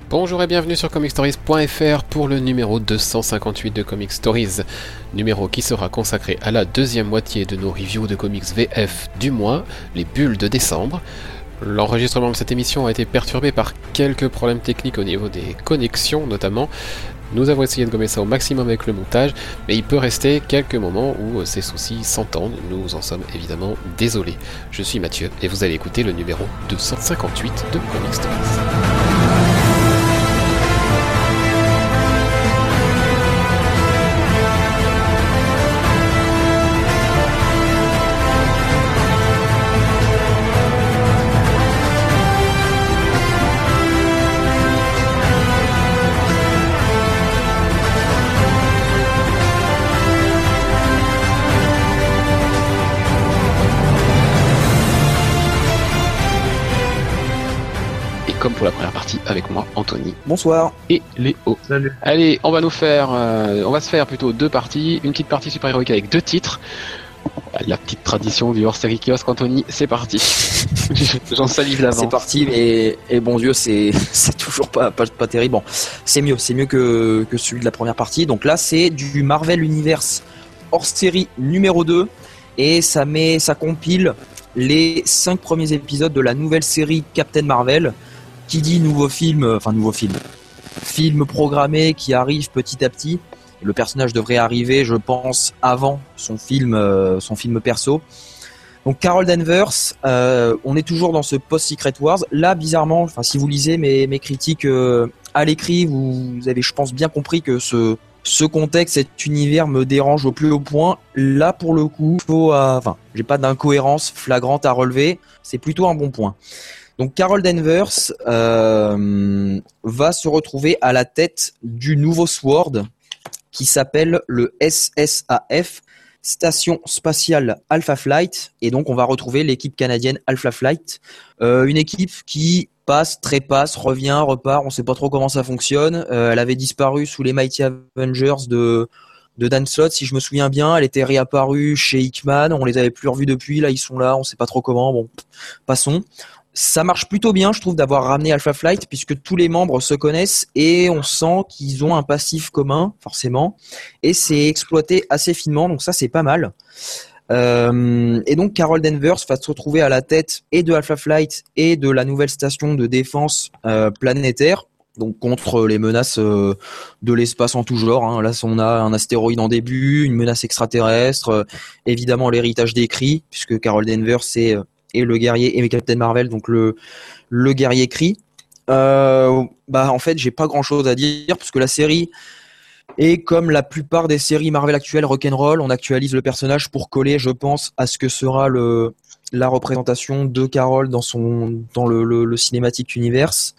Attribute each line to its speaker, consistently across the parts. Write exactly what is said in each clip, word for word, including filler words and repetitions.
Speaker 1: Bonjour et bienvenue sur comic stories point f r pour le numéro deux cent cinquante-huit de Comic Stories, numéro qui sera consacré à la deuxième moitié de nos reviews de comics V F du mois, les bulles de décembre. L'enregistrement de cette émission a été perturbé par quelques problèmes techniques au niveau des connexions notamment. Nous avons essayé de gommer ça au maximum avec le montage, mais il peut rester quelques moments où ces soucis s'entendent. Nous en sommes évidemment désolés. Je suis Mathieu et vous allez écouter le numéro deux cent cinquante-huit de Comic Stories. Comme pour la première partie, avec moi, Anthony.
Speaker 2: Bonsoir.
Speaker 1: Et Léo.
Speaker 3: Salut.
Speaker 1: Allez, on va nous faire, euh, on va se faire plutôt deux parties. Une petite partie super-héroïque avec deux titres. La petite tradition du hors-série kiosque, Anthony, c'est parti. J'en salive l'avant.
Speaker 2: C'est parti, mais et bon Dieu, c'est c'est toujours pas, pas pas terrible. Bon, c'est mieux, c'est mieux que que celui de la première partie. Donc là, c'est du Marvel Universe hors-série numéro deux et ça met, ça compile les cinq premiers épisodes de la nouvelle série Captain Marvel. Qui dit nouveau film, enfin nouveau film, film programmé qui arrive petit à petit. Le personnage devrait arriver, je pense, avant son film, euh, son film perso. Donc Carol Danvers, euh, on est toujours dans ce post-Secret Wars. Là, bizarrement, enfin si vous lisez mes, mes critiques euh, à l'écrit, vous, vous avez, je pense, bien compris que ce ce contexte, cet univers me dérange au plus haut point. Là, pour le coup, faut, euh, enfin, j'ai pas d'incohérence flagrante à relever. C'est plutôt un bon point. Donc Carol Danvers euh, va se retrouver à la tête du nouveau SWORD qui s'appelle le S S A F, Station Spatiale Alpha Flight, et donc on va retrouver l'équipe canadienne Alpha Flight, euh, une équipe qui passe, trépasse, revient, repart, on ne sait pas trop comment ça fonctionne. Euh, elle avait disparu sous les Mighty Avengers de de Dan Slott, si je me souviens bien. Elle était réapparue chez Hickman, on les avait plus revus depuis, là ils sont là, on ne sait pas trop comment, bon, passons. Ça marche plutôt bien, je trouve, d'avoir ramené Alpha Flight, puisque tous les membres se connaissent et on sent qu'ils ont un passif commun, forcément, et c'est exploité assez finement, donc ça c'est pas mal. Euh, et donc Carol Danvers va se retrouver à la tête et de Alpha Flight et de la nouvelle station de défense euh, planétaire, donc contre les menaces euh, de l'espace en tout genre. Hein. Là, on a un astéroïde en début, une menace extraterrestre, euh, évidemment l'héritage des Kree, puisque Carol Danvers c'est euh, et le guerrier et Captain Marvel, donc le le guerrier Kree. Euh, bah en fait j'ai pas grand chose à dire parce que la série est comme la plupart des séries Marvel actuelles rock'n'roll. On actualise le personnage pour coller, je pense, à ce que sera le la représentation de Carol dans son dans le le, le cinématique universe.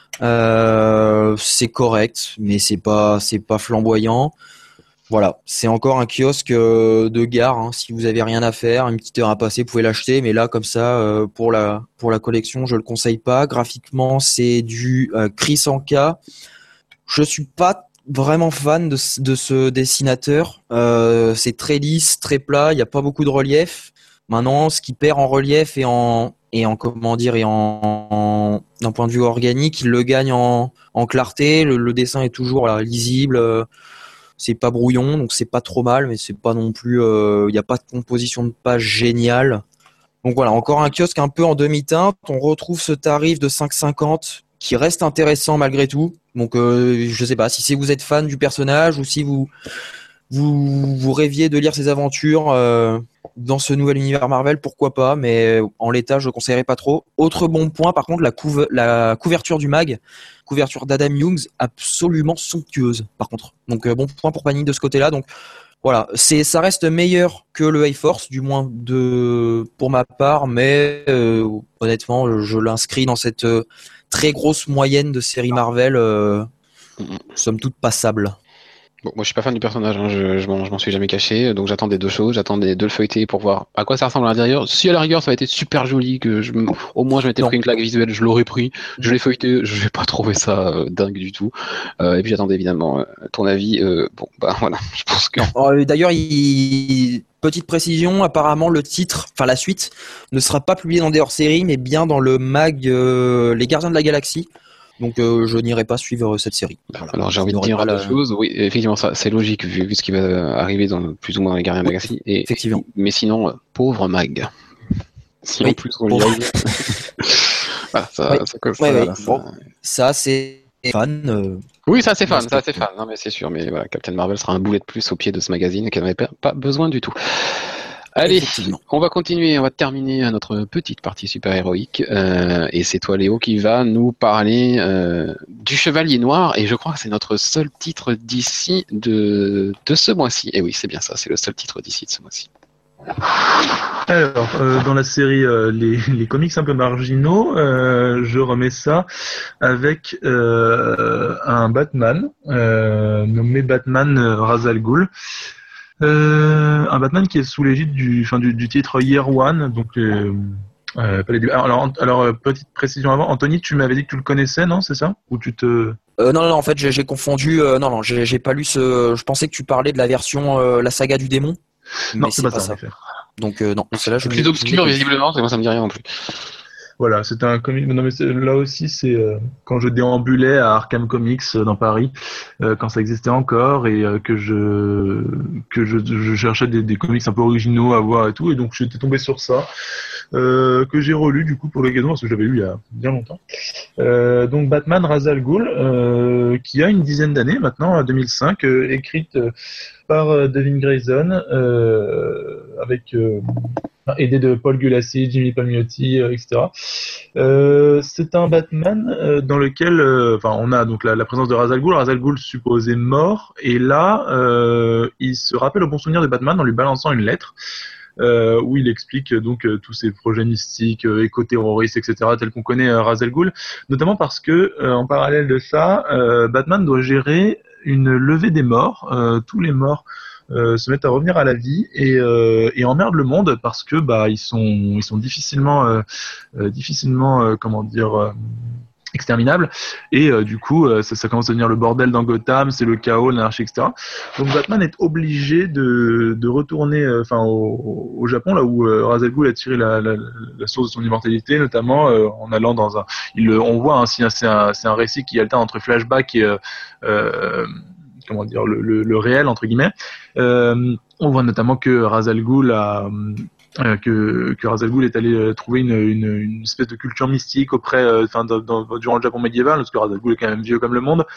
Speaker 2: Euh, c'est correct, mais c'est pas c'est pas flamboyant. Voilà, c'est encore un kiosque euh, de gare. Hein. Si vous avez rien à faire, une petite heure à passer, vous pouvez l'acheter. Mais là, comme ça, euh, pour la pour la collection, je le conseille pas. Graphiquement, c'est du euh, Chris Anka. Je suis pas vraiment fan de, de ce dessinateur. Euh, c'est très lisse, très plat. Il y a pas beaucoup de relief. Maintenant, ce qui perd en relief et en et en comment dire et en, en d'un point de vue organique, il le gagne en en clarté. Le, le dessin est toujours là, lisible. Euh, C'est pas brouillon, donc c'est pas trop mal, mais c'est pas non plus. Il euh, n'y a pas de composition de page géniale. Donc voilà, encore un kiosque un peu en demi-teinte. On retrouve ce tarif de cinq cinquante qui reste intéressant malgré tout. Donc euh, je sais pas si c'est vous êtes fan du personnage ou si vous vous, vous rêviez de lire ses aventures euh, dans ce nouvel univers Marvel, pourquoi pas, mais en l'état je ne conseillerais pas trop. Autre bon point par contre, la, couve- la couverture du mag, couverture d'Adam Hughes, absolument somptueuse par contre. Donc euh, bon point pour Panini de ce côté-là. Donc voilà, c'est ça reste meilleur que le A-Force, du moins de pour ma part, mais euh, honnêtement je, je l'inscris dans cette euh, très grosse moyenne de séries Marvel, euh, somme toute passable.
Speaker 1: Bon, moi je suis pas fan du personnage, hein. je, je, m'en, je m'en suis jamais caché, donc j'attendais deux choses, j'attendais de le feuilleter pour voir à quoi ça ressemble à l'intérieur. Si à la rigueur ça avait été super joli, que je, au moins je m'étais
Speaker 2: Non.
Speaker 1: pris une claque visuelle, je l'aurais pris, je l'ai feuilleté, je n'ai pas trouvé ça euh, dingue du tout. Euh, et puis j'attendais évidemment euh, ton avis, euh, bon bah voilà, je pense que...
Speaker 2: Euh, D'ailleurs, il... petite précision, apparemment le titre, enfin la suite, ne sera pas publié dans des hors-séries, mais bien dans le mag euh, Les Gardiens de la Galaxie. Donc euh, je n'irai pas suivre cette série. Voilà.
Speaker 1: Alors j'ai envie de dire deux choses. Oui, effectivement, ça c'est logique vu, vu ce qui va arriver dans plus ou moins les Gardiens de la Galaxie. Et,
Speaker 2: effectivement.
Speaker 1: Mais sinon, euh, pauvre Mag. Si oui, en plus on
Speaker 2: pauvre...
Speaker 1: lui arrive. Voilà, ça,
Speaker 2: oui.
Speaker 1: ça colle
Speaker 2: oui,
Speaker 1: ça,
Speaker 2: oui.
Speaker 1: là, ça...
Speaker 2: Bon, ça c'est fan. Euh...
Speaker 1: Oui, ça c'est fan, ça c'est fan. Non mais c'est sûr. Mais voilà, Captain Marvel sera un boulet de plus au pied de ce magazine qu'elle n'avait pas besoin du tout. Allez, on va continuer, on va terminer notre petite partie super-héroïque. Euh, et c'est toi, Léo, qui va nous parler euh, du Chevalier Noir. Et je crois que c'est notre seul titre d'ici de, de ce mois-ci. Et oui, c'est bien ça, c'est le seul titre d'ici de ce mois-ci.
Speaker 3: Alors, euh, dans la série euh, les, les comics un peu marginaux, euh, je remets ça avec euh, un Batman euh, nommé Batman euh, Ra's al Ghul. Euh, un Batman qui est sous l'égide du, enfin, du, du titre Year One, donc euh, euh, pas les débuts. Alors, alors, alors, petite précision avant, Anthony, tu m'avais dit que tu le connaissais, non, c'est ça? Ou tu te
Speaker 2: euh, non, non, en fait, j'ai, j'ai confondu. Euh, non, non, j'ai, j'ai pas lu ce. Je pensais que tu parlais de la version, euh, la saga du démon.
Speaker 3: Non, c'est, c'est pas, pas ça. ça.
Speaker 2: Donc euh, non, c'est là.
Speaker 1: Je plus obscur visiblement, moi ça me dit rien non plus.
Speaker 3: Voilà, c'était un comic. Non mais là aussi, c'est euh, quand je déambulais à Arkham Comics euh, dans Paris, euh, quand ça existait encore, et euh, que je que je, je cherchais des, des comics un peu originaux à voir et tout, et donc j'étais tombé sur ça, euh, que j'ai relu du coup pour l'occasion parce que j'avais lu il y a bien longtemps. Euh, donc Batman Ra's al Ghul, euh, qui a une dizaine d'années maintenant, deux mille cinq, euh, écrite euh, par euh, Devin Grayson, euh, avec euh, aidé de Paul Gulassi, Jimmy Palmiotti, euh, et cetera. Euh, c'est un Batman euh, dans lequel, enfin, euh, on a donc la, la présence de Ra's al Ghul, Ra's al Ghul supposé mort, et là, euh, il se rappelle au bon souvenir de Batman en lui balançant une lettre. Euh, où il explique euh, donc euh, tous ces projets mystiques, euh, éco-terroristes, et cetera, tels qu'on connaît euh, Ra's al Ghul, notamment parce que euh, en parallèle de ça, euh, Batman doit gérer une levée des morts. Euh, tous les morts euh, se mettent à revenir à la vie et, euh, et emmerdent le monde parce que bah ils sont ils sont difficilement euh, euh, difficilement euh, comment dire euh, exterminable, et euh, du coup euh, ça, ça commence à devenir le bordel dans Gotham, c'est le chaos, l'anarchie, et cetera. Donc Batman est obligé de, de retourner enfin euh, au, au Japon, là où euh, Ra's al Ghul a tiré la, la, la source de son immortalité, notamment euh, en allant dans un, il, on voit hein, c'est un, c'est un récit qui alterne entre flashback et euh, euh, comment dire le, le, le réel entre guillemets. Euh, on voit notamment que Ra's al Ghul a Euh, que, que Ra's al Ghul est allé euh, trouver une, une, une espèce de culture mystique auprès, enfin, euh, durant le Japon médiéval, parce que Ra's al Ghul est quand même vieux comme le monde,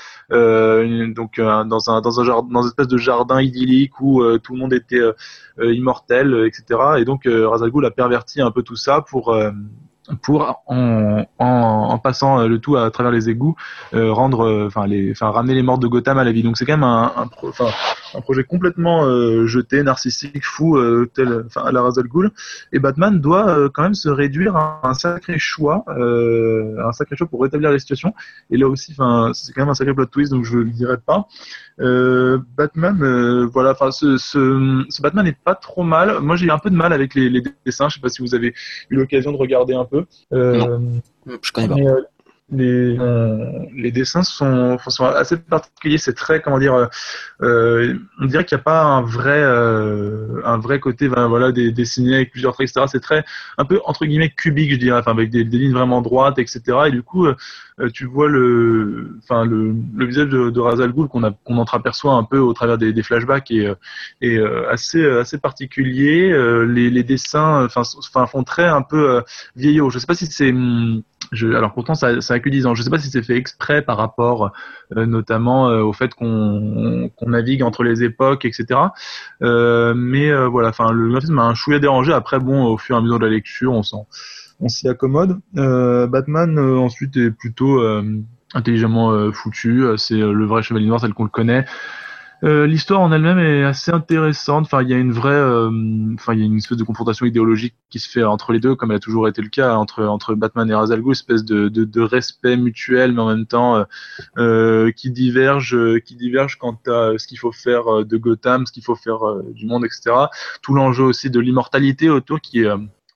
Speaker 3: euh, donc euh, dans un dans un jardin, dans une espèce de jardin idyllique où euh, tout le monde était euh, immortel, et cetera. Et donc euh, Ra's al Ghul a perverti un peu tout ça pour euh, pour en, en, en passant le tout à travers les égouts euh, rendre enfin les enfin ramener les morts de Gotham à la vie. Donc c'est quand même un un, enfin, un projet complètement euh, jeté, narcissique, fou, euh, tel enfin à la Ra's al Ghul, et Batman doit euh, quand même se réduire à un sacré choix euh, un sacré choix pour rétablir la situation. Et là aussi enfin c'est quand même un sacré plot twist, donc je le dirai pas. Euh, Batman euh, voilà enfin ce, ce ce Batman n'est pas trop mal. Moi j'ai un peu de mal avec les, les dessins, je sais pas si vous avez eu l'occasion de regarder un peu.
Speaker 2: Euh, non, je connais pas.
Speaker 3: Mais, euh, les, euh, les dessins sont, sont assez particuliers. C'est très, comment dire, euh, on dirait qu'il n'y a pas un vrai, euh, un vrai côté, ben, voilà, des dessiné avec plusieurs traits, et cetera. C'est très, un peu entre guillemets cubique, je dirais, enfin avec des, des lignes vraiment droites, et cetera. Et du coup, euh, tu vois le, enfin le, le visage de, de Ra's al Ghul qu'on a, qu'on entreaperçoit un peu au travers des, des flashbacks et, et euh, assez, assez particulier. Euh, les, les dessins, enfin, enfin font très un peu euh, vieillot. Je sais pas si c'est Je, alors pourtant ça, ça a que dix ans. Je ne sais pas si c'est fait exprès par rapport euh, notamment euh, au fait qu'on, qu'on navigue entre les époques, et cetera. Euh, mais euh, voilà, enfin le graphisme m'a un chouïa dérangé. Après bon, au fur et à mesure de la lecture, on s'en, on s'y accommode. Euh, Batman euh, ensuite est plutôt euh, intelligemment euh, foutu. C'est euh, le vrai Chevalier Noir tel qu'on le connaît. Euh, l'histoire en elle-même est assez intéressante. Enfin, il y a une vraie, euh, enfin, il y a une espèce de confrontation idéologique qui se fait entre les deux, comme elle a toujours été le cas entre entre Batman et Ra's al Ghul, espèce de, de de respect mutuel, mais en même temps euh, qui diverge, qui diverge quant à ce qu'il faut faire de Gotham, ce qu'il faut faire du monde, et cetera. Tout l'enjeu aussi de l'immortalité autour qui est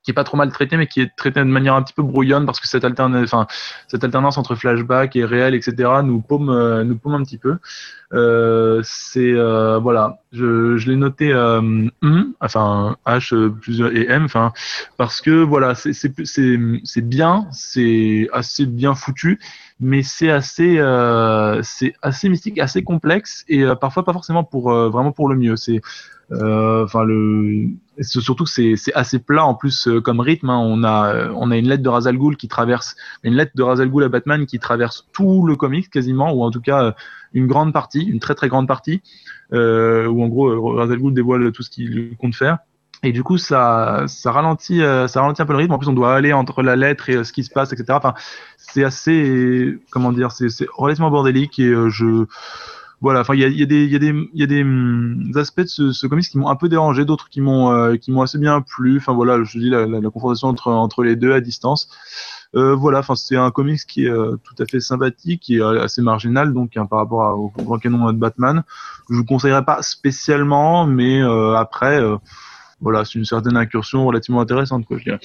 Speaker 3: qui est pas trop mal traité, mais qui est traité de manière un petit peu brouillonne parce que cette alternance, enfin, cette alternance entre flashback et réel, et cetera, nous paume, euh, nous paume un petit peu. Euh, c'est euh, voilà, je, je l'ai noté euh, M, enfin H euh, plus et M, enfin parce que voilà, c'est c'est c'est c'est bien, c'est assez bien foutu, mais c'est assez euh, c'est assez mystique, assez complexe et euh, parfois pas forcément pour euh, vraiment pour le mieux. C'est euh, enfin le c'est surtout que c'est c'est assez plat en plus euh, comme rythme, hein. On a euh, on a une lettre de Ra's al Ghul qui traverse une lettre de Ra's al Ghul à Batman qui traverse tout le comic quasiment, ou en tout cas euh, une grande partie, une très très grande partie, euh, où en gros euh, Ra's al Ghul dévoile tout ce qu'il compte faire. Et du coup, ça, ça ralentit, euh, ça ralentit un peu le rythme. En plus, on doit aller entre la lettre et euh, ce qui se passe, et cetera. Enfin, c'est assez, comment dire, c'est, c'est relativement bordélique et euh, je, voilà. Enfin, il y a, il y a des, il y a des, il y a des hum, aspects de ce, ce comics qui m'ont un peu dérangé, d'autres qui m'ont, euh, qui m'ont assez bien plu. Enfin voilà, je dis la, la, la confrontation entre entre les deux à distance. Euh, voilà, enfin c'est un comics qui est euh, tout à fait sympathique, qui est assez marginal donc hein, par rapport à, au grand canon de Batman. Je vous conseillerais pas spécialement, mais euh, après. Euh, Voilà, c'est une certaine incursion relativement intéressante, quoi, je dirais.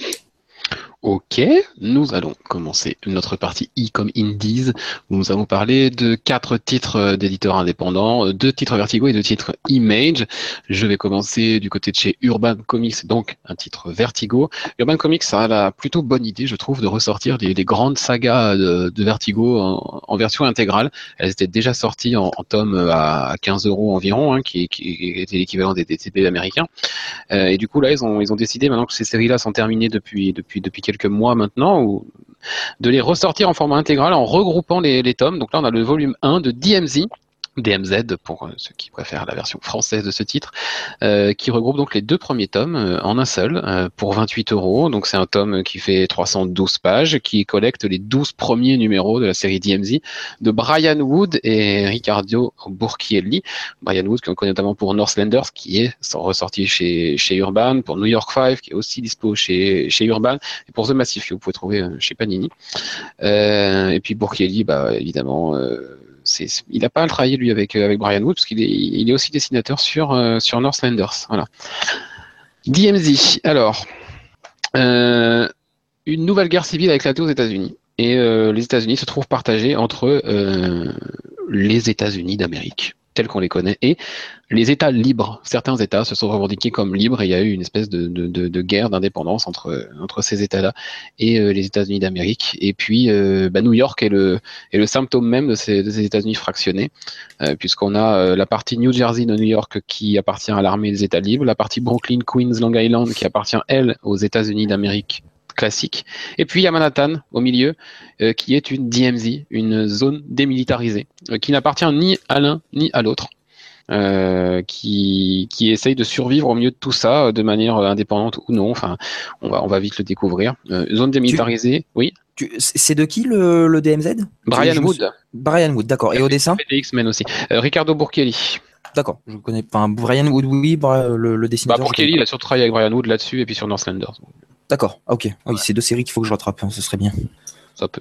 Speaker 1: Ok, nous allons commencer notre partie I comme Indies, où nous allons parler de quatre titres d'éditeurs indépendants, deux titres Vertigo et deux titres Image. Je vais commencer du côté de chez Urban Comics, donc un titre Vertigo. Urban Comics a la plutôt bonne idée, je trouve, de ressortir des, des grandes sagas de, de Vertigo en, en version intégrale. Elles étaient déjà sorties en, en tome à quinze euros environ, hein, qui, qui était l'équivalent des D T P américains. Euh, et du coup, là, ils ont, ils ont décidé, maintenant que ces séries-là sont terminées depuis, depuis, depuis quelques mois maintenant, ou de les ressortir en format intégral en regroupant les, les tomes. Donc là, on a le volume un de D M Z, D M Z pour ceux qui préfèrent la version française de ce titre, euh, qui regroupe donc les deux premiers tomes euh, en un seul euh, pour vingt-huit euros. Donc c'est un tome qui fait trois cent douze pages, qui collecte les douze premiers numéros de la série D M Z de Brian Wood et Riccardo Burchielli. Brian Wood qu'on connaît notamment pour Northlanders, qui est ressorti chez chez Urban, pour New York Five, qui est aussi dispo chez chez Urban, et pour The Massive, que vous pouvez trouver chez Panini. Euh, et puis Burchielli, bah évidemment. Euh, C'est, il n'a pas à le travailler lui avec avec Brian Wood parce qu'il est il est aussi dessinateur sur euh, sur Northlanders. Voilà. D M Z. Alors, euh, une nouvelle guerre civile a éclaté aux États-Unis et euh, les États-Unis se trouvent partagés entre euh, les États-Unis d'Amérique tels qu'on les connaît et les États libres. Certains États se sont revendiqués comme libres et il y a eu une espèce de, de, de, de guerre d'indépendance entre, entre ces États-là et euh, les États-Unis d'Amérique. Et puis, euh, bah, New York est le, est le symptôme même de ces, de ces États-Unis fractionnés, euh, puisqu'on a euh, la partie New Jersey de New York qui appartient à l'armée des États libres, la partie Brooklyn, Queens, Long Island qui appartient, elle, aux États-Unis d'Amérique classique. Et puis il y a Manhattan au milieu, euh, qui est une D M Z, une zone démilitarisée, euh, qui n'appartient ni à l'un ni à l'autre. Euh, qui, qui essaye de survivre au milieu de tout ça, de manière indépendante ou non. Enfin, on va, on va vite le découvrir. Euh, zone démilitarisée, tu, oui.
Speaker 2: Tu, c'est de qui le, le D M Z?
Speaker 1: Brian Wood.
Speaker 2: Brian Wood, d'accord. Et au dessin?
Speaker 1: X-Men aussi. Euh, Riccardo Burchielli.
Speaker 2: D'accord, je connais pas. Enfin, Brian Wood, oui, le, le dessinateur.
Speaker 1: Bah, Burchielli, il a surtout travaillé avec Brian Wood là-dessus et puis sur Northlanders.
Speaker 2: D'accord, ok. Ouais. Oui, c'est deux séries qu'il faut que je rattrape, hein, ce serait bien.
Speaker 1: Ça peut.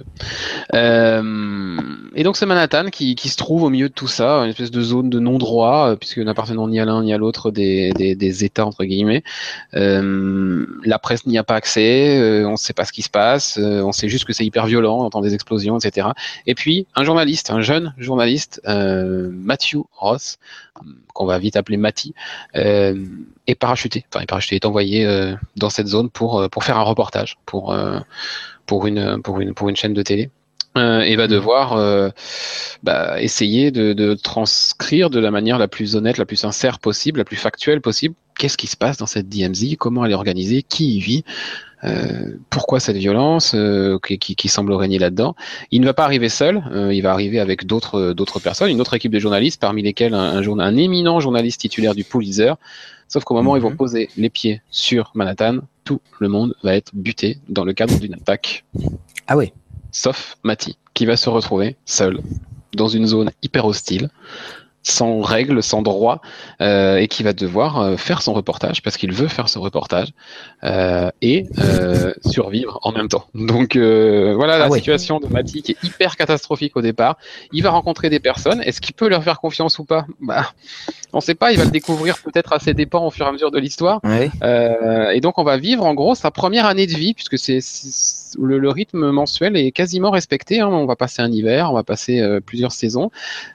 Speaker 1: Euh, et donc c'est Manhattan qui, qui se trouve au milieu de tout ça, une espèce de zone de non-droit, puisque n'appartenant ni à l'un ni à l'autre des, des, des États, entre guillemets. Euh, la presse n'y a pas accès, euh, on ne sait pas ce qui se passe, euh, on sait juste que c'est hyper violent, on entend des explosions, et cetera. Et puis un journaliste, un jeune journaliste, euh, Matthew Ross, qu'on va vite appeler Matty, euh, est parachuté, enfin est parachuté, est envoyé euh, dans cette zone pour, pour faire un reportage, pour... Euh, pour une pour une pour une chaîne de télé euh, et va devoir euh, bah, essayer de, de transcrire de la manière la plus honnête, la plus sincère possible, la plus factuelle possible, qu'est-ce qui se passe dans cette D M Z, comment elle est organisée, qui y vit, euh, pourquoi cette violence euh, qui, qui, qui semble régner là-dedans. Il ne va pas arriver seul, euh, il va arriver avec d'autres d'autres personnes, une autre équipe de journalistes, parmi lesquels un, un, journal, un éminent journaliste titulaire du Pulitzer. Sauf qu'au moment où ils vont poser les pieds sur Manhattan, tout le monde va être buté dans le cadre d'une attaque.
Speaker 2: Ah ouais.
Speaker 1: Sauf Matty, qui va se retrouver seul dans une zone hyper hostile, sans règles, sans droit, euh, et qui va devoir euh, faire son reportage parce qu'il veut faire son reportage euh, et euh, survivre en même temps. Donc euh, voilà
Speaker 2: Ah
Speaker 1: la
Speaker 2: ouais.
Speaker 1: situation de Mati qui est hyper catastrophique au départ. Il va rencontrer des personnes. Est-ce qu'il peut leur faire confiance ou pas? Bah, on ne sait pas. Il va le découvrir peut-être à ses dépens au fur et à mesure de l'histoire.
Speaker 2: Ouais.
Speaker 1: Euh, et donc on va vivre en gros sa première année de vie puisque c'est, c'est le, le rythme mensuel est quasiment respecté. Hein. On va passer un hiver, on va passer euh, plusieurs saisons.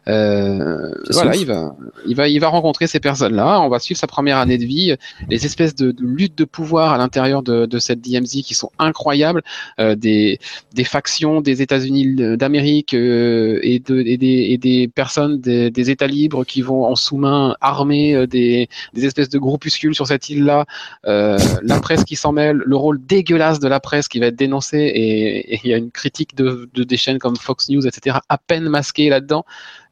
Speaker 1: Euh, voilà, il va, il va, il va rencontrer ces personnes-là. On va suivre sa première année de vie, les espèces de, de luttes de pouvoir à l'intérieur de, de cette D M Z qui sont incroyables, euh, des, des factions des États-Unis d'Amérique euh, et, de, et, des, et des personnes des, des États libres qui vont en sous-main armer euh, des, des espèces de groupuscules sur cette île-là. Euh, la presse qui s'en mêle, le rôle dégueulasse de la presse qui va être dénoncé et il y a une critique de, de des chaînes comme Fox News, et cetera, à peine masquée là-dedans.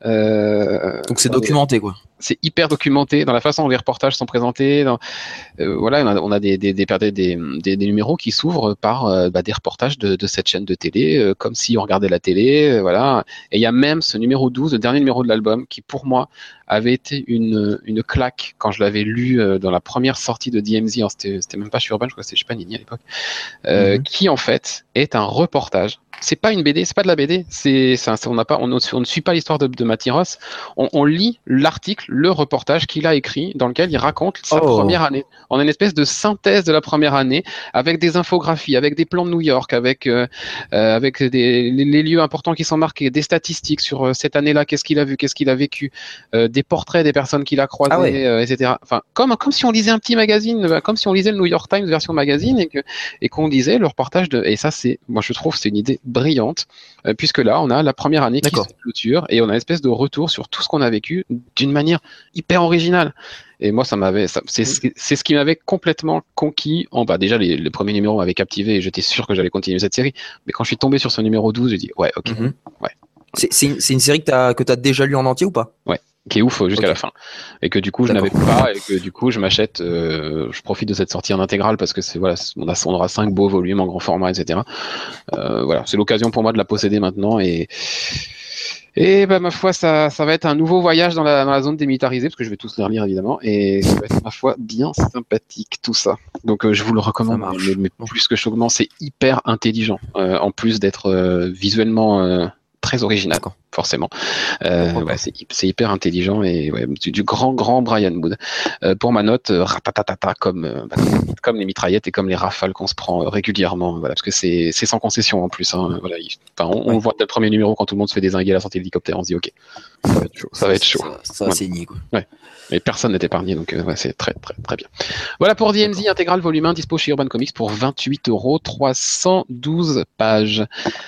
Speaker 1: Euh,
Speaker 2: Donc c'est documenté quoi.
Speaker 1: C'est hyper documenté dans la façon dont les reportages sont présentés. Dans, euh, voilà, on a, on a des, des, des, des, des, des numéros qui s'ouvrent par euh, bah, des reportages de, de cette chaîne de télé, euh, comme si on regardait la télé. Euh, voilà. Et il y a même ce numéro douze, le dernier numéro de l'album, qui pour moi avait été une, une claque quand je l'avais lu euh, dans la première sortie de D M Z. Alors, c'était, c'était même pas chez Urban, je crois que c'était chez Panini à l'époque, euh, mm-hmm. qui en fait est un reportage. C'est pas une B D, c'est pas de la B D. C'est, c'est un, on n'a pas, on, on ne suit pas l'histoire de, de Mati Ross. On, on lit l'article, le reportage qu'il a écrit, dans lequel il raconte sa oh. première année. On a une espèce de synthèse de la première année, avec des infographies, avec des plans de New York, avec euh, euh, avec des les, les lieux importants qui sont marqués, des statistiques sur euh, cette année-là, qu'est-ce qu'il a vu, qu'est-ce qu'il a vécu, euh, des portraits des personnes qu'il a croisées, ah ouais. euh, et cetera. Enfin, comme comme si on lisait un petit magazine, comme si on lisait le New York Times version magazine et que et qu'on lisait le reportage de. Et ça, c'est, moi, je trouve, c'est une idée brillante, euh, puisque là, on a la première année D'accord. qui se clôture et on a une espèce de retour sur tout ce qu'on a vécu d'une manière hyper originale. Et moi, ça m'avait, ça, c'est, c'est ce qui m'avait complètement conquis. En bas, déjà, les, les premiers numéros m'avaient captivé et j'étais sûr que j'allais continuer cette série. Mais quand je suis tombé sur ce numéro douze, j'ai dit, ouais, ok, mm-hmm. ouais.
Speaker 2: C'est, c'est, une, c'est une série que t'as, que t'as déjà lu en entier ou pas?
Speaker 1: Ouais. Qui est ouf jusqu'à okay. la fin et que du coup je D'accord. n'avais pas et que du coup je m'achète euh, je profite de cette sortie en intégrale parce que c'est voilà on, a, on aura cinq beaux volumes en grand format, etc. Euh, voilà, c'est l'occasion pour moi de la posséder maintenant et et bah ma foi ça ça va être un nouveau voyage dans la dans la zone démilitarisée parce que je vais tous les relire évidemment et ça va être ma foi bien sympathique tout ça. Donc euh, je vous le recommande mais, mais plus que chaudement, c'est hyper intelligent euh, en plus d'être euh, visuellement euh, très original, D'accord. forcément. Euh, ouais, c'est, c'est hyper intelligent et ouais, du, du grand, grand Brian Wood. Euh, pour ma note, euh, ratatatata, comme, euh, bah, comme les mitraillettes et comme les rafales qu'on se prend euh, régulièrement, voilà, parce que c'est, c'est sans concession en plus. Hein, voilà, il, enfin, on, ouais. on voit dès le premier numéro quand tout le monde se fait dézinguer à la sortie de l'hélicoptère, on se dit ok, ça va être chaud. Ça va être chaud.
Speaker 2: Ça, ça va ouais. saigner, quoi.
Speaker 1: Ouais. Mais personne n'est épargné, donc euh, ouais, c'est très, très, très bien. Voilà pour D M Z intégral volume un, dispo chez Urban Comics pour vingt-huit euros, trois cent douze pages.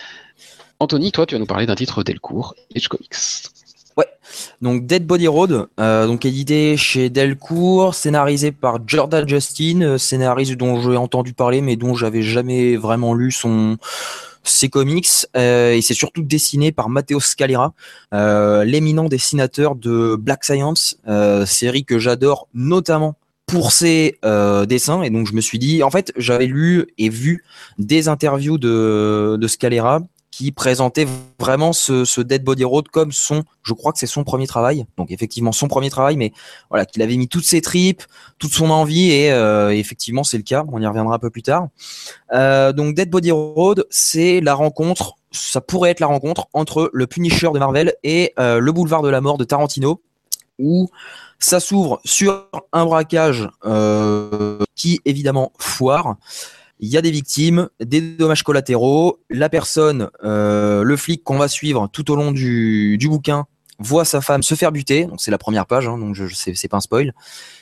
Speaker 1: Anthony, toi, tu vas nous parler d'un titre Delcourt, Edge Comics.
Speaker 2: Ouais, donc Dead Body Road, euh, donc édité chez Delcourt, scénarisé par Jordan Justin, scénariste dont j'ai entendu parler, mais dont j'avais jamais vraiment lu son ses comics, euh, et c'est surtout dessiné par Matteo Scalera, euh, l'éminent dessinateur de Black Science, euh, série que j'adore notamment pour ses euh, dessins, et donc je me suis dit, en fait, j'avais lu et vu des interviews de, de Scalera qui présentait vraiment ce, ce Dead Body Road comme son, je crois que c'est son premier travail, donc effectivement son premier travail, mais voilà, qu'il avait mis toutes ses tripes, toute son envie, et euh, effectivement c'est le cas, on y reviendra un peu plus tard. Euh, donc Dead Body Road, c'est la rencontre, ça pourrait être la rencontre entre le Punisher de Marvel et euh, le Boulevard de la Mort de Tarantino, où ça s'ouvre sur un braquage euh, qui évidemment foire. Il y a des victimes, des dommages collatéraux. La personne, euh, le flic qu'on va suivre tout au long du, du bouquin, voit sa femme se faire buter. Donc c'est la première page, hein, donc je, je sais, c'est pas un spoil.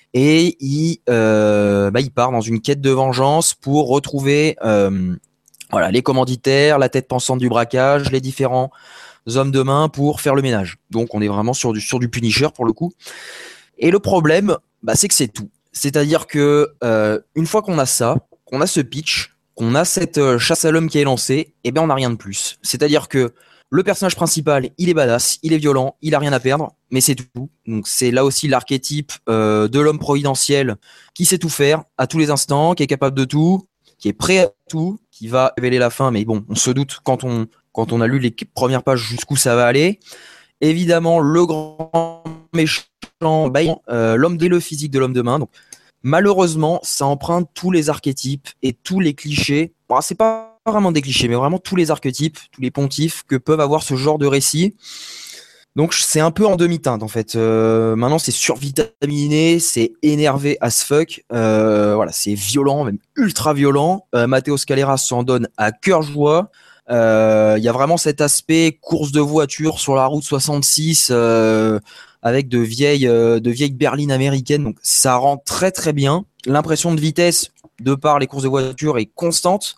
Speaker 2: Et il, euh, bah, il part dans une quête de vengeance pour retrouver, euh, voilà, les commanditaires, la tête pensante du braquage, les différents hommes de main pour faire le ménage. Donc on est vraiment sur du sur du Punisher pour le coup. Et le problème, bah, c'est que c'est tout. C'est-à-dire que euh, une fois qu'on a ça, qu'on a ce pitch, qu'on a cette euh, chasse à l'homme qui est lancée, et ben on n'a rien de plus. C'est-à-dire que le personnage principal, il est badass, il est violent, il a rien à perdre, mais c'est tout. Donc c'est là aussi l'archétype euh, de l'homme providentiel qui sait tout faire à tous les instants, qui est capable de tout, qui est prêt à tout, qui va révéler la fin, mais bon, on se doute quand on quand on a lu les premières pages jusqu'où ça va aller. Évidemment, le grand méchant, Bayan, euh, l'homme dès le physique de l'homme de main. Donc, malheureusement, ça emprunte tous les archétypes et tous les clichés. Bon, c'est pas vraiment des clichés, mais vraiment tous les archétypes, tous les pontifs que peuvent avoir ce genre de récit. Donc c'est un peu en demi-teinte en fait. Euh, maintenant c'est survitaminé, c'est énervé as fuck. Euh, voilà, c'est violent, même ultra violent. Euh, Matteo Scalera s'en donne à cœur joie. Il euh, y a vraiment cet aspect course de voiture sur la route soixante-six euh, avec de vieilles, euh, de vieilles berlines américaines. Donc ça rend très très bien. L'impression de vitesse de par les courses de voiture est constante.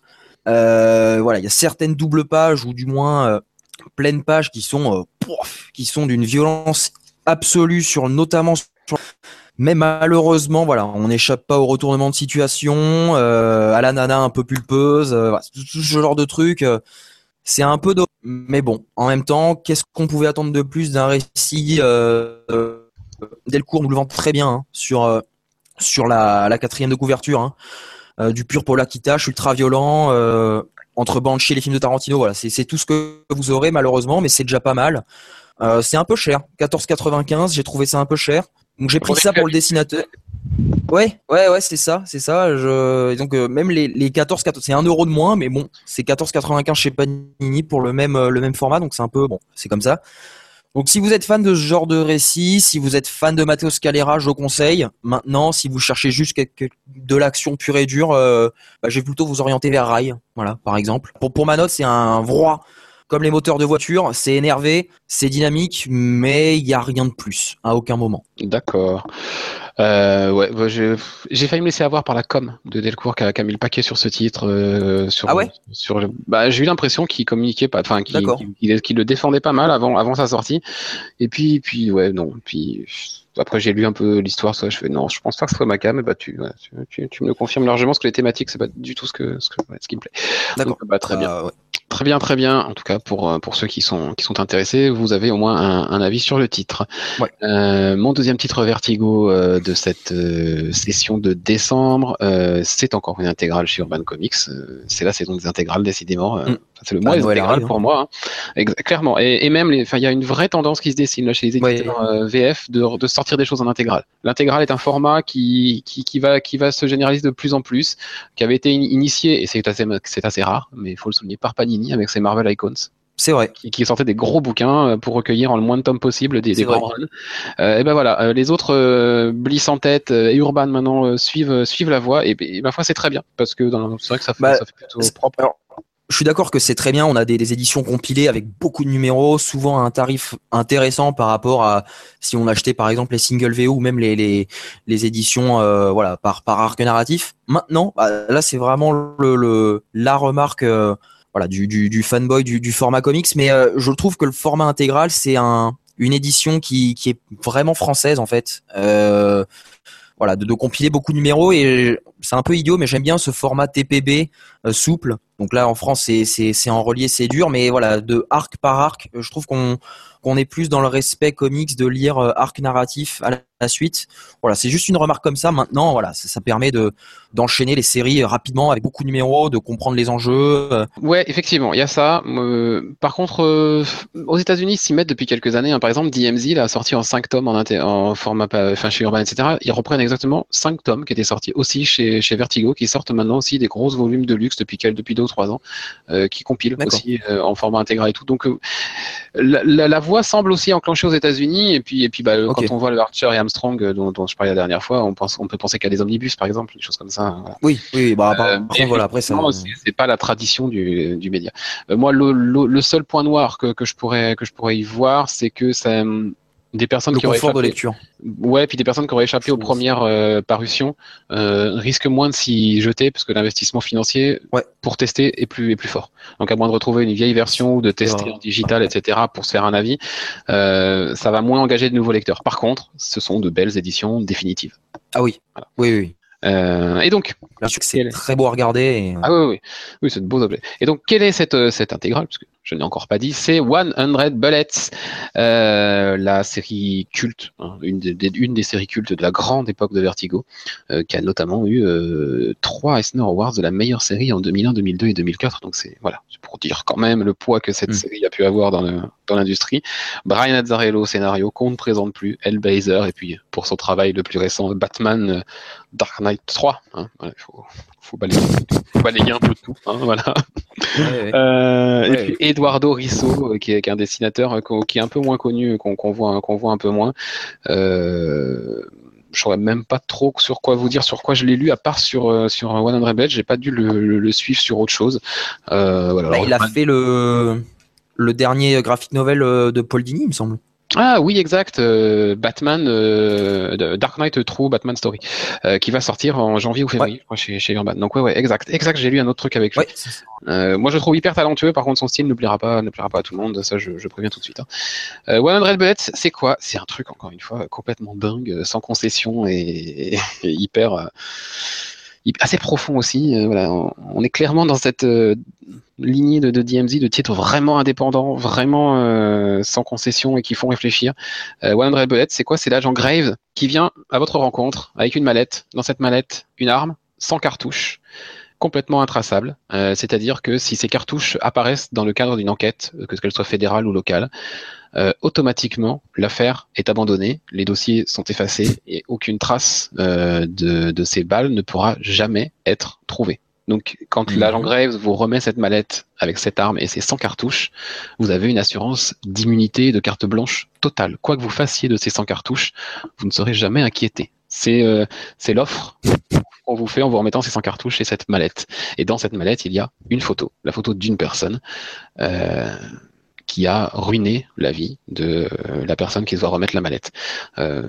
Speaker 2: Euh, voilà, il y a certaines doubles pages ou du moins euh, pleines pages qui sont euh, pouf, qui sont d'une violence absolue sur notamment sur... mais malheureusement voilà, on n'échappe pas au retournement de situation, euh, à la nana un peu pulpeuse, euh, voilà, tout, tout ce genre de trucs. Euh, c'est un peu dommage, mais bon, en même temps, qu'est-ce qu'on pouvait attendre de plus d'un récit euh, euh, Delcourt nous le vend très bien hein, sur euh, sur la, la quatrième de couverture. Hein. Euh, du pur Paul Akitash, ultra violent, euh, entre Banshee et les films de Tarantino, voilà, c'est, c'est tout ce que vous aurez malheureusement, mais c'est déjà pas mal. Euh, c'est un peu cher, quatorze quatre-vingt-quinze, j'ai trouvé ça un peu cher. Donc j'ai pris ça pour le dessinateur. Ouais, ouais, ouais, c'est ça, c'est ça. Je... Et donc euh, même les, les quatorze, quatorze, c'est un euro de moins, mais bon, c'est quatorze quatre-vingt-quinze chez Panini pour le même, euh, le même format, donc c'est un peu, bon, c'est comme ça. Donc si vous êtes fan de ce genre de récit, si vous êtes fan de Matteo Scalera, je vous conseille. Maintenant, si vous cherchez juste quelque, de l'action pure et dure, euh, bah, je vais plutôt vous orienter vers Rail, voilà, par exemple. Pour, pour ma note, c'est un vroie, comme les moteurs de voiture, c'est énervé, c'est dynamique, mais il n'y a rien de plus, à aucun moment.
Speaker 1: D'accord. Euh, ouais, bah, j'ai, j'ai failli me laisser avoir par la com de Delcourt qui a, qui a mis le paquet sur ce titre. Euh, sur,
Speaker 2: ah ouais
Speaker 1: sur, bah, j'ai eu l'impression qu'il communiquait pas, enfin, qu'il, qu'il, qu'il le défendait pas mal avant, avant sa sortie. Et puis, puis, ouais, non. Puis après, j'ai lu un peu l'histoire, ça, je fais non, je pense pas que ce soit ma cam. Et bah, tu, ouais, tu, tu, tu me le confirmes largement, parce que les thématiques, c'est pas du tout ce que, ce, que, ouais, ce qui me plaît.
Speaker 2: D'accord.
Speaker 1: Donc, bah, très bien.
Speaker 2: Euh, ouais.
Speaker 1: Très bien, très bien. En tout cas, pour pour ceux qui sont qui sont intéressés, vous avez au moins un, un avis sur le titre.
Speaker 2: Ouais.
Speaker 1: Euh, mon deuxième titre Vertigo euh, de cette euh, session de décembre, euh, c'est encore une intégrale chez Urban Comics. Euh, c'est la saison des intégrales, décidément. Euh, mm. C'est le mois des intégrales pour moi, hein. Ex- clairement. Et, et même, enfin, il y a une vraie tendance qui se dessine là chez les éditeurs ouais. euh, V F de, de sortir des choses en intégrale. L'intégrale est un format qui qui qui va qui va se généraliser de plus en plus, qui avait été initié et c'est assez c'est assez rare, mais il faut le souligner par Panini avec ses Marvel Icons.
Speaker 2: C'est vrai.
Speaker 1: Qui, qui sortait des gros bouquins pour recueillir en le moins de tomes possible des, des grands runs. Euh, et ben voilà, euh, les autres euh, Bliss en tête euh, et Urban maintenant euh, suivent euh, suivent la voie et, et ma foi c'est très bien parce que dans, c'est vrai que ça fait,
Speaker 2: bah,
Speaker 1: ça fait plutôt propre.
Speaker 2: Alors, je suis d'accord que c'est très bien. On a des, des éditions compilées avec beaucoup de numéros, souvent à un tarif intéressant par rapport à si on achetait par exemple les single V O ou même les les, les éditions euh, voilà par par arc narratif. Maintenant, bah, là c'est vraiment le, le la remarque. Euh, Voilà, du, du, du fanboy du, du format comics, mais euh, je trouve que le format intégral, c'est un, une édition qui, qui est vraiment française en fait. Euh, voilà, de, de compiler beaucoup de numéros et c'est un peu idiot, mais j'aime bien ce format T P B euh, souple. Donc là, en France, c'est, c'est, c'est en relié, c'est dur, mais voilà, de arc par arc, je trouve qu'on, qu'on est plus dans le respect comics de lire euh, arc narratif à la, la suite. Voilà, c'est juste une remarque comme ça. Maintenant, voilà, ça, ça permet de d'enchaîner les séries rapidement avec beaucoup de numéros, de comprendre les enjeux. Euh.
Speaker 1: Ouais, effectivement, il y a ça. Euh, par contre, euh, aux États-Unis, ils s'y mettent depuis quelques années. Hein. Par exemple, D M Z là, a sorti en cinq tomes en, inté- en format, enfin chez Urban, et cetera. Ils reprennent exactement cinq tomes qui étaient sortis aussi chez, chez Vertigo, qui sortent maintenant aussi des grosses volumes de luxe depuis quel, depuis deux ou trois ans, euh, qui compilent D'accord. aussi euh, en format intégral et tout. Donc euh, la, la, la voie semble aussi enclencher aux États-Unis. Et puis, et puis, bah, okay. quand on voit le Archer et Armstrong euh, dont, dont je parlais la dernière fois, on pense, on peut penser qu'il y a des omnibus, par exemple, des choses comme ça. Voilà.
Speaker 2: Oui, oui, bah, par euh, contre, voilà, après ça.
Speaker 1: C'est, c'est pas la tradition du, du média. Euh, moi, le, le, le seul point noir que, que je pourrais que je pourrais y voir, c'est que ça, des personnes
Speaker 2: le
Speaker 1: qui auraient
Speaker 2: confort
Speaker 1: échappé,
Speaker 2: de lecture.
Speaker 1: Ouais, puis des personnes qui auraient échappé aux premières euh, parutions euh, risquent moins de s'y jeter parce que l'investissement financier
Speaker 2: ouais.
Speaker 1: pour tester est plus est plus fort. Donc à moins de retrouver une vieille version ou de tester en digital, et cetera pour se faire un avis, euh, ça va moins engager de nouveaux lecteurs. Par contre, ce sont de belles éditions définitives.
Speaker 2: Ah oui. Voilà. Oui, oui, oui.
Speaker 1: Euh, et donc,
Speaker 2: bien sûr que c'est très beau à regarder. Et...
Speaker 1: Ah oui, oui, oui, c'est de beaux objets. Et donc, quelle est cette cette intégrale? Parce que je n'ai encore pas dit, c'est cent Bullets, euh, la série culte, hein, une, des, une des séries cultes de la grande époque de Vertigo, euh, qui a notamment eu euh, trois Eisner Awards de la meilleure série en deux mille un, deux mille deux et deux mille quatre. Donc c'est voilà, c'est pour dire quand même le poids que cette mmh. série a pu avoir dans, le, dans l'industrie. Brian Azzarello au scénario, qu'on ne présente plus, Hellblazer, et puis pour son travail le plus récent, Batman euh, Dark Knight trois. Hein, voilà, il faut, faut, balayer, faut balayer un peu tout. Hein, voilà. Ouais, ouais. Euh, ouais, et puis ouais. Eduardo Risso, qui est, qui est un dessinateur qui est un peu moins connu, qu'on, qu'on, voit, qu'on voit un peu moins. Euh, je saurais même pas trop sur quoi vous dire, sur quoi je l'ai lu, à part sur sur cent Bullets. J'ai pas dû le, le, le suivre sur autre chose. Euh, voilà.
Speaker 2: Bah,
Speaker 1: Alors,
Speaker 2: il a man... fait le le dernier graphic novel de Paul Dini, il me semble.
Speaker 1: Ah oui, exact. Euh, Batman, euh, Dark Knight True Batman Story, euh, qui va sortir en janvier ou février, ouais. je crois, chez, chez Urban. Donc ouais, ouais, exact, exact. J'ai lu un autre truc avec lui. Ouais, euh, moi, je le trouve hyper talentueux. Par contre, son style ne plaira pas, ne plaira pas à tout le monde. Ça, je, je préviens tout de suite. Hein. Euh, cent Bullets, c'est quoi? C'est un truc encore une fois complètement dingue, sans concession et, et hyper. Euh, assez profond aussi. Euh, voilà, on, on est clairement dans cette euh, lignée de, de D M Z, de titres vraiment indépendants, vraiment euh, sans concession et qui font réfléchir. Euh, cent Bullets, c'est quoi? C'est l'agent Graves qui vient à votre rencontre avec une mallette. Dans cette mallette, une arme, sans cartouche, complètement intraçable. Euh, c'est-à-dire que si ces cartouches apparaissent dans le cadre d'une enquête, que qu'elle soit fédérale ou locale, Euh, automatiquement, l'affaire est abandonnée, les dossiers sont effacés et aucune trace euh, de, de ces balles ne pourra jamais être trouvée. Donc, quand mmh. l'agent Graves vous remet cette mallette avec cette arme et ses cent cartouches, vous avez une assurance d'immunité, de carte blanche totale. Quoi que vous fassiez de ces cent cartouches, vous ne serez jamais inquiété. C'est, euh, c'est l'offre qu'on vous fait en vous remettant ces cent cartouches et cette mallette. Et dans cette mallette, il y a une photo, la photo d'une personne. Euh, qui a ruiné la vie de la personne qui doit remettre la mallette. Euh,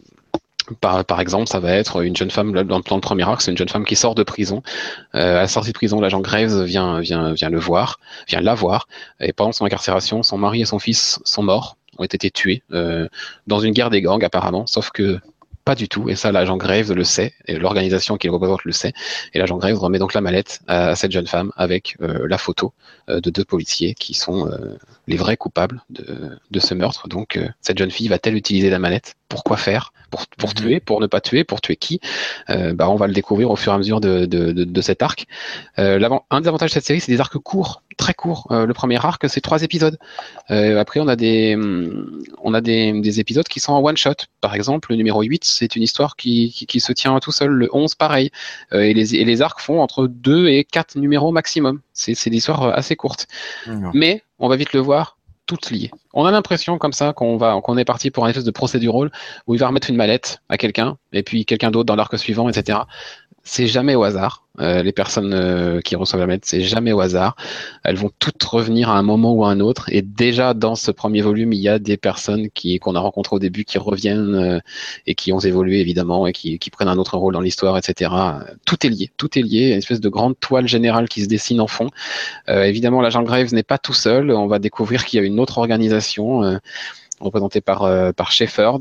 Speaker 1: par, par exemple, ça va être une jeune femme, dans le premier arc, c'est une jeune femme qui sort de prison. Euh, à la sortie de prison, l'agent Graves vient, vient, vient le voir, vient la voir, et pendant son incarcération, son mari et son fils sont morts, ont été tués, euh, dans une guerre des gangs apparemment, sauf que pas du tout, et ça l'agent Graves le sait, et l'organisation qu'il représente le sait, et l'agent Graves remet donc la mallette à, à cette jeune femme avec euh, la photo euh, de deux policiers qui sont euh, les vrais coupables de, de ce meurtre. Donc euh, cette jeune fille va-t-elle utiliser la mallette? Pourquoi faire? Pour, pour mmh. tuer? Pour ne pas tuer? Pour tuer qui? euh, bah, On va le découvrir au fur et à mesure de, de, de, de cet arc. Euh, un des avantages de cette série, c'est des arcs courts, très courts. Euh, le premier arc, c'est trois épisodes. Euh, après, on a des, on a des, des épisodes qui sont en one-shot. Par exemple, le numéro huit, c'est une histoire qui, qui, qui se tient tout seul. Le onze, pareil. Euh, et, les, et les arcs font entre deux et quatre numéros maximum. C'est, c'est des histoires assez courtes. Mmh. Mais, on va vite le voir, toutes liées. On a l'impression comme ça qu'on va qu'on est parti pour un espèce de procédural où il va remettre une mallette à quelqu'un et puis quelqu'un d'autre dans l'arc suivant, et cetera. C'est jamais au hasard. Euh, les personnes euh, qui reçoivent la mallette, c'est jamais au hasard. Elles vont toutes revenir à un moment ou à un autre. Et déjà dans ce premier volume, il y a des personnes qui qu'on a rencontrées au début qui reviennent euh, et qui ont évolué évidemment et qui, qui prennent un autre rôle dans l'histoire, et cetera. Tout est lié, tout est lié. Une espèce de grande toile générale qui se dessine en fond. Euh, évidemment, l'agent Graves n'est pas tout seul. On va découvrir qu'il y a une autre organisation. Euh, représenté par euh, par Shepherd,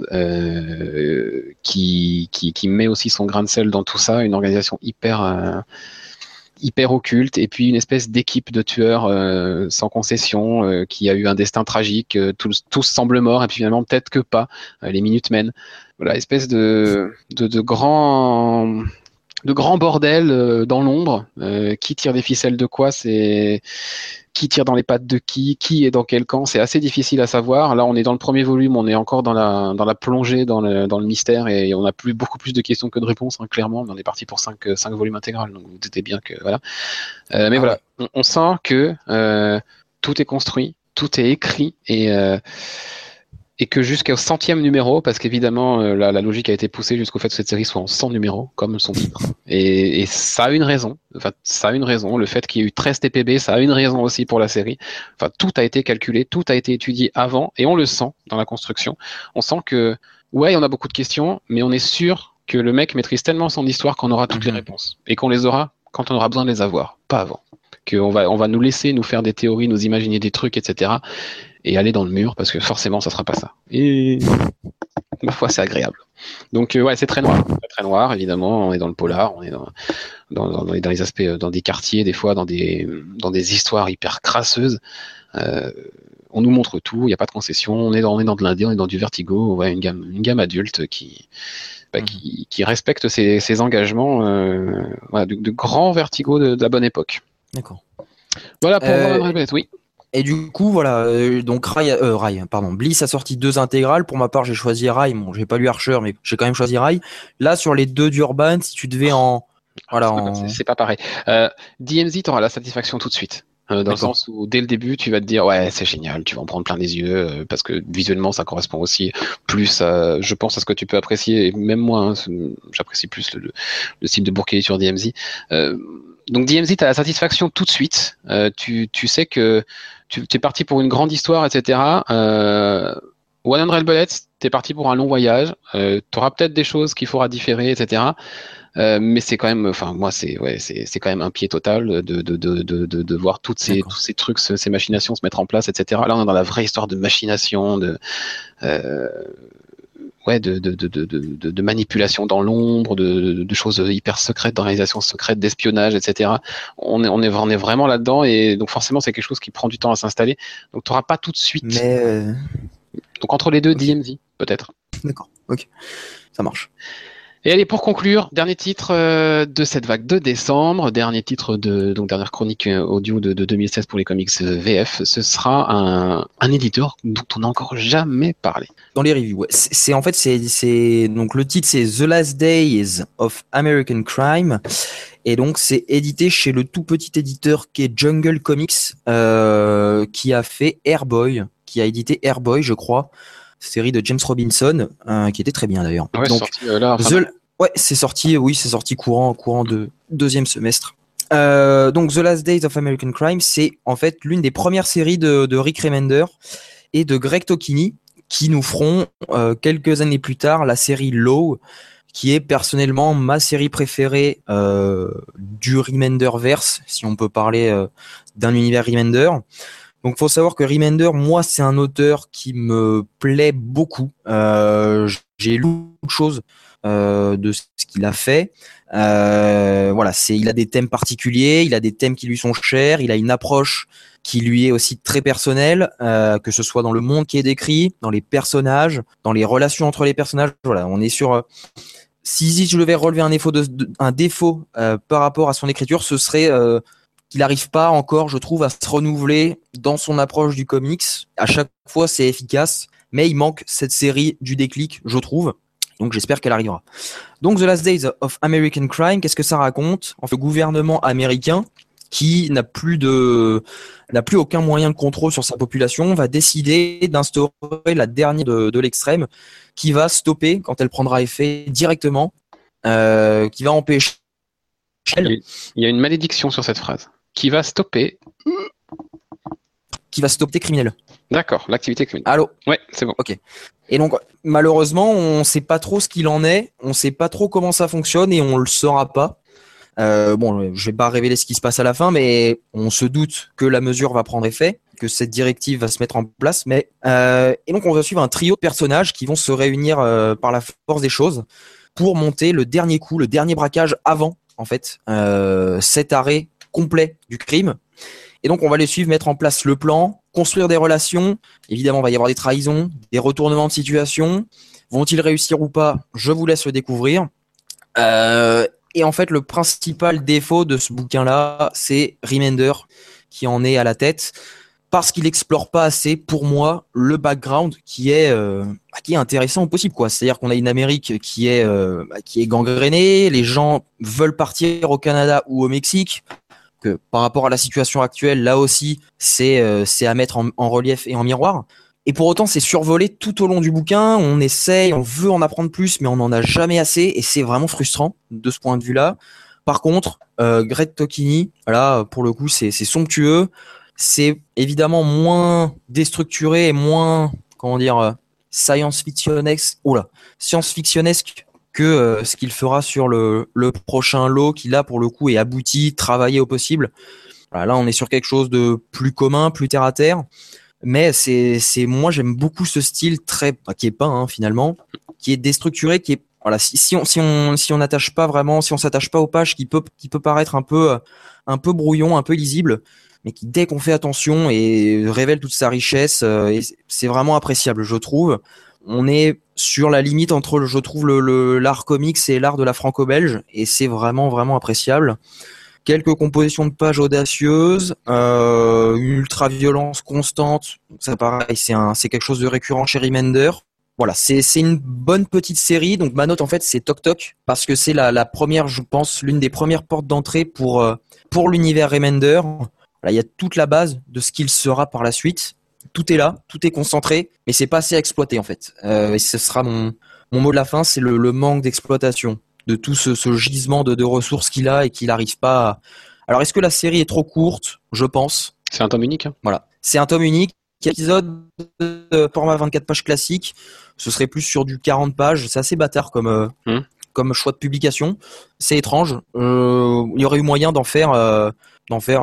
Speaker 1: euh, qui, qui qui met aussi son grain de sel dans tout ça, une organisation hyper euh, hyper occulte, et puis une espèce d'équipe de tueurs euh, sans concession, euh, qui a eu un destin tragique, euh, tous tous semblent morts, et puis finalement peut-être que pas, euh, les Minutemen. Voilà, espèce de de, de grand de grand bordel euh, dans l'ombre. Euh, qui tire des ficelles de quoi? C'est qui tire dans les pattes de qui, qui est dans quel camp, c'est assez difficile à savoir. Là, on est dans le premier volume, on est encore dans la dans la plongée, dans le dans le mystère, et on a plus beaucoup plus de questions que de réponses, hein, clairement. On est parti pour cinq cinq volumes intégrales, donc vous doutez bien que voilà. Euh, mais ah, voilà, on, on sent que euh, tout est construit, tout est écrit, et euh, et que jusqu'au centième numéro, parce qu'évidemment euh, la, la logique a été poussée jusqu'au fait que cette série soit en cent numéros, comme son titre. Et, et ça a une raison. Enfin, ça a une raison. Le fait qu'il y ait eu treize T P B, ça a une raison aussi pour la série. Enfin, tout a été calculé, tout a été étudié avant, et on le sent dans la construction. On sent que, ouais, on a beaucoup de questions, mais on est sûr que le mec maîtrise tellement son histoire qu'on aura toutes les réponses. Et qu'on les aura quand on aura besoin de les avoir, pas avant. Qu'on va, on va nous laisser nous faire des théories, nous imaginer des trucs, et cetera, et aller dans le mur, parce que forcément, ça sera pas ça. Et ma foi, c'est agréable. Donc euh, ouais, c'est très noir, très, très noir évidemment. On est dans le polar, on est dans dans, dans, dans les aspects, dans des quartiers des fois, dans des dans des histoires hyper crasseuses. Euh, on nous montre tout, il n'y a pas de concession. On est dans on est dans de l'indé, on est dans du Vertigo, ouais, une gamme une gamme adulte qui bah, mmh. qui, qui respecte ses, ses engagements, euh, voilà, de, de grands Vertigo de, de la bonne époque.
Speaker 2: D'accord.
Speaker 1: Voilà pour
Speaker 2: euh...
Speaker 1: One Hundred Bullets, oui.
Speaker 2: Et du coup, voilà, euh, donc Rai, euh, Rai, pardon, Bliss a sorti deux intégrales. Pour ma part, j'ai choisi Rai. Bon, j'ai pas lu Archer, mais j'ai quand même choisi Rai. Là, sur les deux d'Urban, si tu devais en, voilà,
Speaker 1: c'est,
Speaker 2: en...
Speaker 1: Pas, c'est, c'est pas pareil. Euh, D M Z, t'auras la satisfaction tout de suite. Euh, dans D'accord. le sens où dès le début tu vas te dire ouais c'est génial, tu vas en prendre plein les yeux euh, parce que visuellement ça correspond aussi plus à, je pense à ce que tu peux apprécier, et même moi hein, j'apprécie plus le, le, le style de Bourkelly sur D M Z. Euh, donc D M Z t'as la satisfaction tout de suite, euh, tu, tu sais que tu es parti pour une grande histoire, etc. euh, One Hundred Bullets t'es parti pour un long voyage, euh, t'auras peut-être des choses qu'il faudra différer, etc. Euh, mais c'est quand même, enfin moi c'est ouais c'est c'est quand même un pied total de de de de de, de voir toutes ces D'accord. tous ces trucs, ces machinations se mettre en place, et cetera. Là on est dans la vraie histoire de machination, de euh, ouais de de de de de, de manipulation dans l'ombre, de, de choses hyper secrètes, d'organisation secrète, d'espionnage, et cetera. On est on est on est vraiment là-dedans, et donc forcément c'est quelque chose qui prend du temps à s'installer. Donc t'auras pas tout de suite.
Speaker 2: Mais euh...
Speaker 1: donc entre les deux okay. D M Z peut-être.
Speaker 2: D'accord. Ok. Ça marche.
Speaker 1: Et allez, pour conclure, dernier titre euh, de cette vague de décembre, dernier titre de donc dernière chronique audio de, de deux mille seize pour les comics V F, ce sera un, un éditeur dont on n'a encore jamais parlé.
Speaker 2: Dans les reviews, ouais. c'est, c'est en fait c'est c'est donc le titre c'est The Last Days of American Crime, et donc c'est édité chez le tout petit éditeur qui est Jungle Comics, euh, qui a fait Airboy, qui a édité Airboy, je crois. Série de James Robinson, euh, qui était très bien d'ailleurs.
Speaker 1: Ouais, donc, sorti, euh, là,
Speaker 2: The... ouais, c'est sorti, oui, c'est sorti courant, courant de deuxième semestre. Euh, donc The Last Days of American Crime, c'est en fait l'une des premières séries de, de Rick Remender et de Greg Tocchini qui nous feront euh, quelques années plus tard la série Law, qui est personnellement ma série préférée euh, du Remenderverse, si on peut parler euh, d'un univers Remender. Donc, faut savoir que Remender, moi, c'est un auteur qui me plaît beaucoup. Euh, j'ai lu beaucoup de choses euh, de ce qu'il a fait. Euh, voilà, c'est, il a des thèmes particuliers, il a des thèmes qui lui sont chers, il a une approche qui lui est aussi très personnelle, euh, que ce soit dans le monde qui est décrit, dans les personnages, dans les relations entre les personnages. Voilà, on est sur. Euh, si je devais relever un défaut, de, de, un défaut euh, par rapport à son écriture, ce serait euh, qu'il n'arrive pas encore, je trouve, à se renouveler dans son approche du comics. À chaque fois, c'est efficace, mais il manque cette série du déclic, je trouve. Donc, j'espère qu'elle arrivera. Donc, The Last Days of American Crime, qu'est-ce que ça raconte ? En fait, le gouvernement américain, qui n'a plus de, n'a plus aucun moyen de contrôle sur sa population, va décider d'instaurer la dernière de, de l'extrême, qui va stopper, quand elle prendra effet directement, euh, qui va empêcher.
Speaker 1: Il y a une malédiction sur cette phrase. Qui va stopper.
Speaker 2: Qui va stopper criminel.
Speaker 1: D'accord, l'activité criminelle.
Speaker 2: Allô ?
Speaker 1: Ouais, c'est bon.
Speaker 2: Ok. Et donc, malheureusement, on ne sait pas trop ce qu'il en est, on ne sait pas trop comment ça fonctionne et on le saura pas. Euh, bon, je vais pas révéler ce qui se passe à la fin, mais on se doute que la mesure va prendre effet, que cette directive va se mettre en place. Mais euh, et donc, on va suivre un trio de personnages qui vont se réunir euh, par la force des choses pour monter le dernier coup, le dernier braquage avant, en fait, euh, cet arrêt complet du crime. Et donc, on va les suivre, mettre en place le plan, construire des relations. Évidemment, il va y avoir des trahisons, des retournements de situation. Vont-ils réussir ou pas ? Je vous laisse le découvrir. Euh, et en fait, le principal défaut de ce bouquin-là, c'est Remender, qui en est à la tête, parce qu'il explore pas assez, pour moi, le background qui est euh, qui est intéressant au possible, quoi. C'est-à-dire qu'on a une Amérique qui est euh, qui est gangrénée, les gens veulent partir au Canada ou au Mexique. Que par rapport à la situation actuelle, là aussi, c'est euh, c'est à mettre en, en relief et en miroir. Et pour autant, c'est survolé tout au long du bouquin. On essaye, on veut en apprendre plus, mais on n'en a jamais assez, et c'est vraiment frustrant de ce point de vue-là. Par contre, euh, Greg Tocchini, là, pour le coup, c'est, c'est somptueux. C'est évidemment moins déstructuré et moins, comment dire, euh, science-fictionnesque, oh là, science-fictionnesque que euh, ce qu'il fera sur le, le prochain lot, qui là, pour le coup, est abouti, travaillé au possible. Voilà, là, on est sur quelque chose de plus commun, plus terre à terre. Mais c'est, c'est, moi, j'aime beaucoup ce style très, bah, qui est peint, hein, finalement, qui est déstructuré, qui est voilà, si, si on si on si on n'attache pas vraiment, si on s'attache pas aux pages, qui peut qui peut paraître un peu un peu brouillon, un peu illisible, mais qui dès qu'on fait attention et révèle toute sa richesse, euh, et c'est vraiment appréciable, je trouve. On est sur la limite entre, je trouve, le, le l'art comics et l'art de la franco-belge, et c'est vraiment vraiment appréciable. Quelques compositions de pages audacieuses, euh, une ultra-violence constante, ça pareil, c'est un c'est quelque chose de récurrent chez Remender. Voilà, c'est c'est une bonne petite série. Donc ma note en fait c'est Toc Toc parce que c'est la la première, je pense, l'une des premières portes d'entrée pour euh, pour l'univers Remender. Voilà, il y a toute la base de ce qu'il sera par la suite. Tout est là, tout est concentré, mais c'est pas assez exploité en fait. Euh, et ce sera mon mon mot de la fin, c'est le, le manque d'exploitation de tout ce, ce gisement de, de ressources qu'il a et qu'il n'arrive pas à... Alors est-ce que la série est trop courte ? Je pense.
Speaker 1: C'est un tome unique. Hein.
Speaker 2: Voilà, c'est un tome unique. Épisode de format vingt-quatre pages classique, ce serait plus sur du quarante pages. C'est assez bâtard comme euh, mmh. comme choix de publication. C'est étrange. Euh, il y aurait eu moyen d'en faire euh, d'en faire,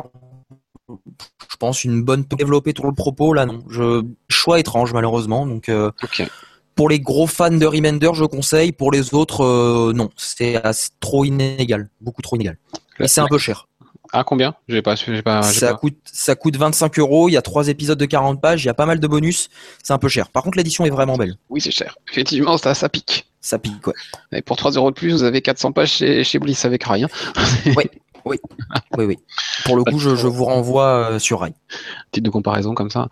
Speaker 2: je pense, une bonne développée tout le propos. Là, non. Je choix étrange malheureusement. Donc, euh,
Speaker 1: okay.
Speaker 2: Pour les gros fans de Remender, je conseille. Pour les autres, euh, non. C'est assez, trop inégal, beaucoup trop inégal. Et c'est un peu cher.
Speaker 1: Ah, combien ? J'ai pas, j'ai pas, j'ai
Speaker 2: ça
Speaker 1: pas.
Speaker 2: coûte, ça coûte vingt-cinq euros. Il y a trois épisodes de quarante pages. Il y a pas mal de bonus. C'est un peu cher. Par contre, l'édition est vraiment belle.
Speaker 1: Oui, c'est cher. Effectivement, ça, ça pique.
Speaker 2: Ça pique, ouais.
Speaker 1: Et pour trois euros de plus, vous avez quatre cents pages chez, chez Bliss avec Rai. Hein.
Speaker 2: Oui, oui, oui, oui. Pour le coup, je, je vous renvoie euh, sur Rai.
Speaker 1: Titre de comparaison comme ça.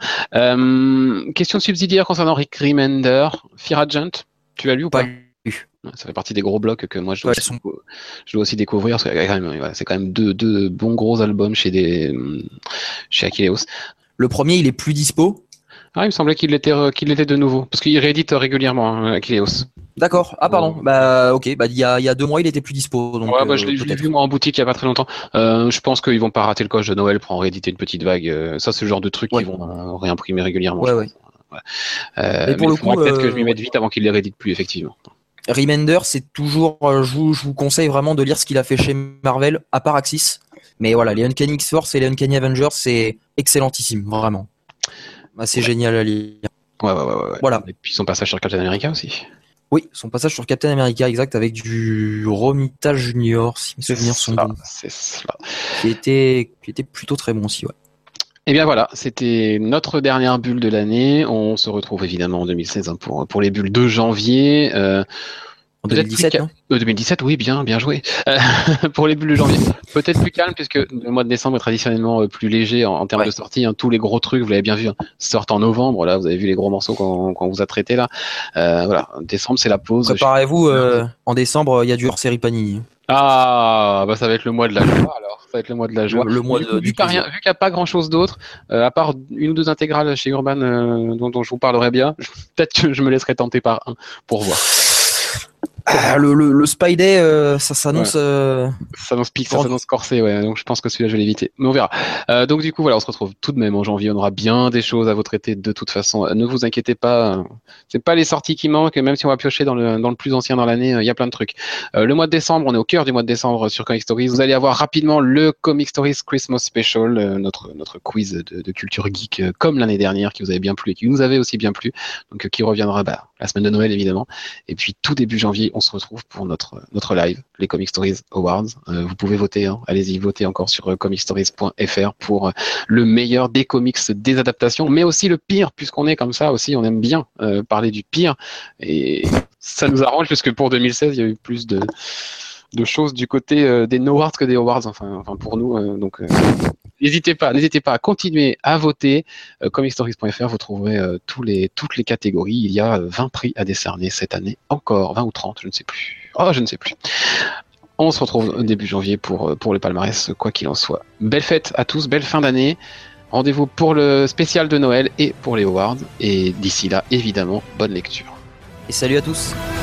Speaker 1: Euh, question subsidiaire concernant Rick Remender. Fear Agent, tu as lu ou pas ?
Speaker 2: Pas lu.
Speaker 1: Ça fait partie des gros blocs que moi je dois,
Speaker 2: ouais,
Speaker 1: aussi,
Speaker 2: sont...
Speaker 1: je dois aussi découvrir. C'est quand même, ouais, c'est quand même deux, deux bons gros albums chez des chez Achilleos.
Speaker 2: Le premier, il est plus dispo.
Speaker 1: Ah, il me semblait qu'il l'était, qu'il l'était de nouveau, parce qu'il réédite régulièrement hein, Achilleos.
Speaker 2: D'accord. Ah pardon. Euh... Bah ok. Bah il y a il y a deux mois, il était plus dispo. Donc,
Speaker 1: ouais, bah,
Speaker 2: euh,
Speaker 1: je l'ai, je l'ai vu moi en boutique il y a pas très longtemps. Euh, je pense qu'ils vont pas rater le coche de Noël pour en rééditer une petite vague. Ça, c'est le genre de truc
Speaker 2: ouais.
Speaker 1: qu'ils vont euh, réimprimer régulièrement.
Speaker 2: Ouais, ouais.
Speaker 1: ouais. Euh,
Speaker 2: mais pour
Speaker 1: mais
Speaker 2: le
Speaker 1: il faudra
Speaker 2: coup,
Speaker 1: peut-être
Speaker 2: euh...
Speaker 1: que je m'y mette vite avant qu'il les réédite plus, effectivement.
Speaker 2: Remender, c'est toujours, euh, je, vous, je vous conseille vraiment de lire ce qu'il a fait chez Marvel, à part Axis. Mais voilà, les Uncanny X-Force et les Uncanny Avengers, c'est excellentissime, vraiment. Bah, c'est ouais. génial à lire.
Speaker 1: Ouais, ouais, ouais, ouais.
Speaker 2: Voilà.
Speaker 1: Et puis son passage sur Captain America aussi.
Speaker 2: Oui, son passage sur Captain America, exact, avec du Romita Junior, si mes souvenirs sont bons.
Speaker 1: C'est cela.
Speaker 2: Qui était, qui était plutôt très bon aussi, ouais.
Speaker 1: Et bien voilà, c'était notre dernière bulle de l'année. On se retrouve évidemment en deux mille seize hein, pour pour les bulles de janvier. Euh,
Speaker 2: en deux mille dix-sept, non
Speaker 1: euh, deux mille dix-sept, oui, bien, bien joué. Euh, pour les bulles de janvier, peut-être plus calme puisque le mois de décembre est traditionnellement plus léger en, en termes ouais. de sortie. Hein. Tous les gros trucs, vous l'avez bien vu, hein, sortent en novembre. Là, vous avez vu les gros morceaux qu'on, qu'on vous a traités là. Euh, voilà, décembre c'est la pause.
Speaker 2: Préparez-vous, euh, en décembre, il y a du hors-série Panini.
Speaker 1: Ah, bah ça va être le mois de la joie alors. Ça va être le mois de la joie.
Speaker 2: Le, le mois
Speaker 1: du
Speaker 2: de,
Speaker 1: coup,
Speaker 2: du
Speaker 1: vu, qu'il vu qu'il n'y a pas grand chose d'autre, euh, à part une ou deux intégrales chez Urban euh, dont, dont je vous parlerai bien, peut-être que je me laisserai tenter par un pour voir.
Speaker 2: Ah, le, le, le Spidey, euh, ça s'annonce. Ouais. Euh...
Speaker 1: Ça s'annonce pique, ça s'annonce corsé, ouais. Donc je pense que celui-là je vais l'éviter. Mais on verra. Euh, donc du coup, voilà, on se retrouve tout de même en janvier. On aura bien des choses à vous traiter de toute façon. Ne vous inquiétez pas. C'est pas les sorties qui manquent. Même si on va piocher dans le, dans le plus ancien dans l'année, il y a plein de trucs. Euh, le mois de décembre, on est au cœur du mois de décembre sur Comic Stories. Vous allez avoir rapidement le Comic Stories Christmas Special, euh, notre, notre quiz de, de culture geek, euh, comme l'année dernière, qui vous avait bien plu et qui nous avait aussi bien plu. Donc euh, qui reviendra bah, la semaine de Noël évidemment. Et puis tout début janvier, on se retrouve pour notre Notre, notre live, les Comic Stories Awards. Euh, vous pouvez voter, hein. Allez-y, votez encore sur euh, comic stories point f r pour euh, le meilleur des comics des adaptations, mais aussi le pire, puisqu'on est comme ça aussi, on aime bien euh, parler du pire, et ça nous arrange, puisque pour deux mille seize, il y a eu plus de, de choses du côté euh, des no awards que des awards, enfin, enfin pour nous, euh, donc euh, n'hésitez pas, n'hésitez pas à continuer à voter. Euh, comic stories point f r, vous trouverez euh, tous les, toutes les catégories. Il y a vingt prix à décerner cette année, encore vingt ou trente, je ne sais plus. Oh, je ne sais plus. On se retrouve début janvier pour, pour le palmarès, quoi qu'il en soit. Belle fête à tous, belle fin d'année. Rendez-vous pour le spécial de Noël et pour les awards. Et d'ici là, évidemment, bonne lecture.
Speaker 2: Et salut à tous.